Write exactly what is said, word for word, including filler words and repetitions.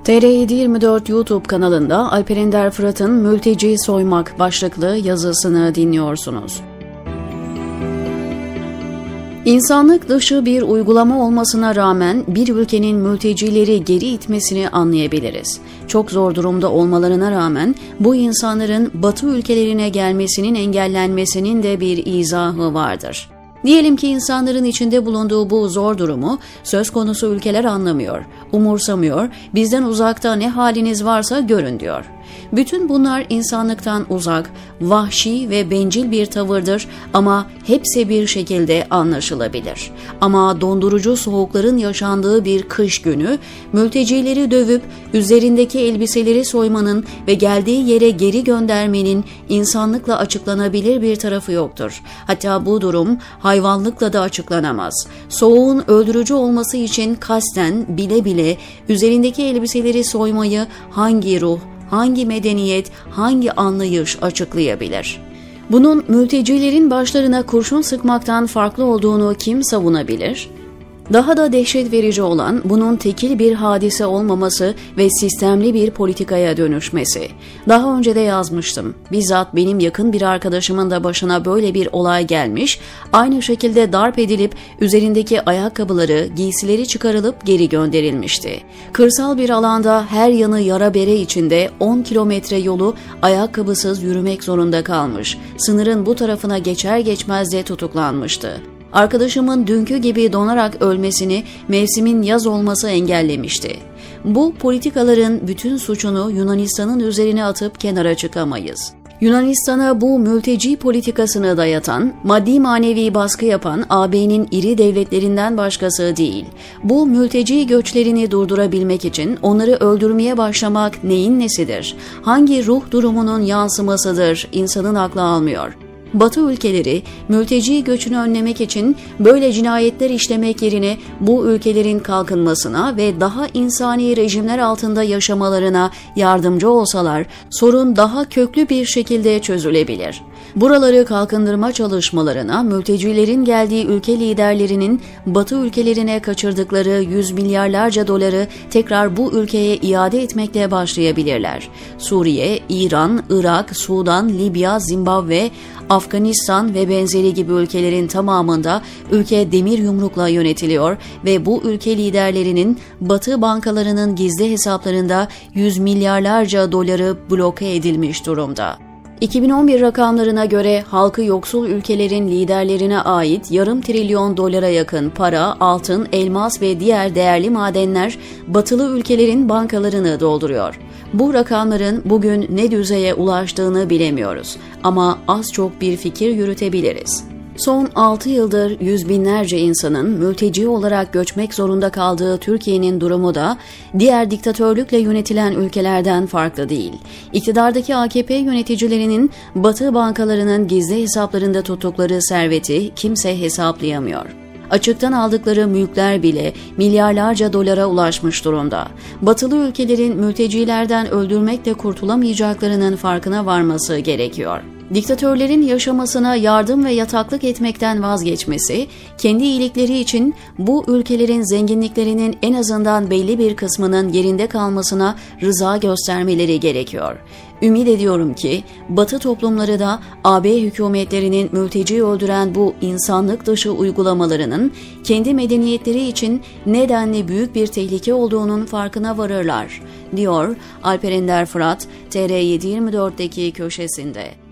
T R yedi yirmi dört YouTube kanalında Alper Ender Fırat'ın "Mülteci Soymak" başlıklı yazısını dinliyorsunuz. İnsanlık dışı bir uygulama olmasına rağmen bir ülkenin mültecileri geri itmesini anlayabiliriz. Çok zor durumda olmalarına rağmen bu insanların Batı ülkelerine gelmesinin engellenmesinin de bir izahı vardır. Diyelim ki insanların içinde bulunduğu bu zor durumu söz konusu ülkeler anlamıyor, umursamıyor, bizden uzakta ne haliniz varsa görün diyor. Bütün bunlar insanlıktan uzak, vahşi ve bencil bir tavırdır ama hepsi bir şekilde anlaşılabilir. Ama dondurucu soğukların yaşandığı bir kış günü, mültecileri dövüp üzerindeki elbiseleri soymanın ve geldiği yere geri göndermenin insanlıkla açıklanabilir bir tarafı yoktur. Hatta bu durum hayvanlıkla da açıklanamaz. Soğuğun öldürücü olması için kasten, bile bile üzerindeki elbiseleri soymayı hangi ruh, hangi medeniyet, hangi anlayış açıklayabilir? Bunun mültecilerin başlarına kurşun sıkmaktan farklı olduğunu kim savunabilir? Daha da dehşet verici olan bunun tekil bir hadise olmaması ve sistemli bir politikaya dönüşmesi. Daha önce de yazmıştım. Bizzat benim yakın bir arkadaşımın da başına böyle bir olay gelmiş, aynı şekilde darp edilip üzerindeki ayakkabıları, giysileri çıkarılıp geri gönderilmişti. Kırsal bir alanda her yanı yara bere içinde on kilometre yolu ayakkabısız yürümek zorunda kalmış. Sınırın bu tarafına geçer geçmez de tutuklanmıştı. Arkadaşımın dünkü gibi donarak ölmesini mevsimin yaz olması engellemişti. Bu politikaların bütün suçunu Yunanistan'ın üzerine atıp kenara çıkamayız. Yunanistan'a bu mülteci politikasını dayatan, maddi manevi baskı yapan A B'nin iri devletlerinden başkası değil. Bu mülteci göçlerini durdurabilmek için onları öldürmeye başlamak neyin nesidir? Hangi ruh durumunun yansımasıdır? İnsanın aklı almıyor. Batı ülkeleri mülteci göçünü önlemek için böyle cinayetler işlemek yerine bu ülkelerin kalkınmasına ve daha insani rejimler altında yaşamalarına yardımcı olsalar sorun daha köklü bir şekilde çözülebilir. Buraları kalkındırma çalışmalarına mültecilerin geldiği ülke liderlerinin Batı ülkelerine kaçırdıkları yüz milyarlarca doları tekrar bu ülkeye iade etmekle başlayabilirler. Suriye, İran, Irak, Sudan, Libya, Zimbabwe, Afganistan ve benzeri gibi ülkelerin tamamında ülke demir yumrukla yönetiliyor ve bu ülke liderlerinin Batı bankalarının gizli hesaplarında yüz milyarlarca doları bloke edilmiş durumda. iki bin on bir rakamlarına göre halkı yoksul ülkelerin liderlerine ait yarım trilyon dolara yakın para, altın, elmas ve diğer değerli madenler batılı ülkelerin bankalarını dolduruyor. Bu rakamların bugün ne düzeye ulaştığını bilemiyoruz ama az çok bir fikir yürütebiliriz. Son altı yıldır yüz binlerce insanın mülteci olarak göçmek zorunda kaldığı Türkiye'nin durumu da diğer diktatörlükle yönetilen ülkelerden farklı değil. İktidardaki A K P yöneticilerinin Batı bankalarının gizli hesaplarında tuttukları serveti kimse hesaplayamıyor. Açıktan aldıkları mülkler bile milyarlarca dolara ulaşmış durumda. Batılı ülkelerin mültecilerden öldürmekle kurtulamayacaklarının farkına varması gerekiyor. Diktatörlerin yaşamasına yardım ve yataklık etmekten vazgeçmesi, kendi iyilikleri için bu ülkelerin zenginliklerinin en azından belli bir kısmının yerinde kalmasına rıza göstermeleri gerekiyor. Ümit ediyorum ki Batı toplumları da A B hükümetlerinin mülteci öldüren bu insanlık dışı uygulamalarının kendi medeniyetleri için nedenli büyük bir tehlike olduğunun farkına varırlar, diyor Alper Ender Fırat T R yedi yirmi dört'teki köşesinde.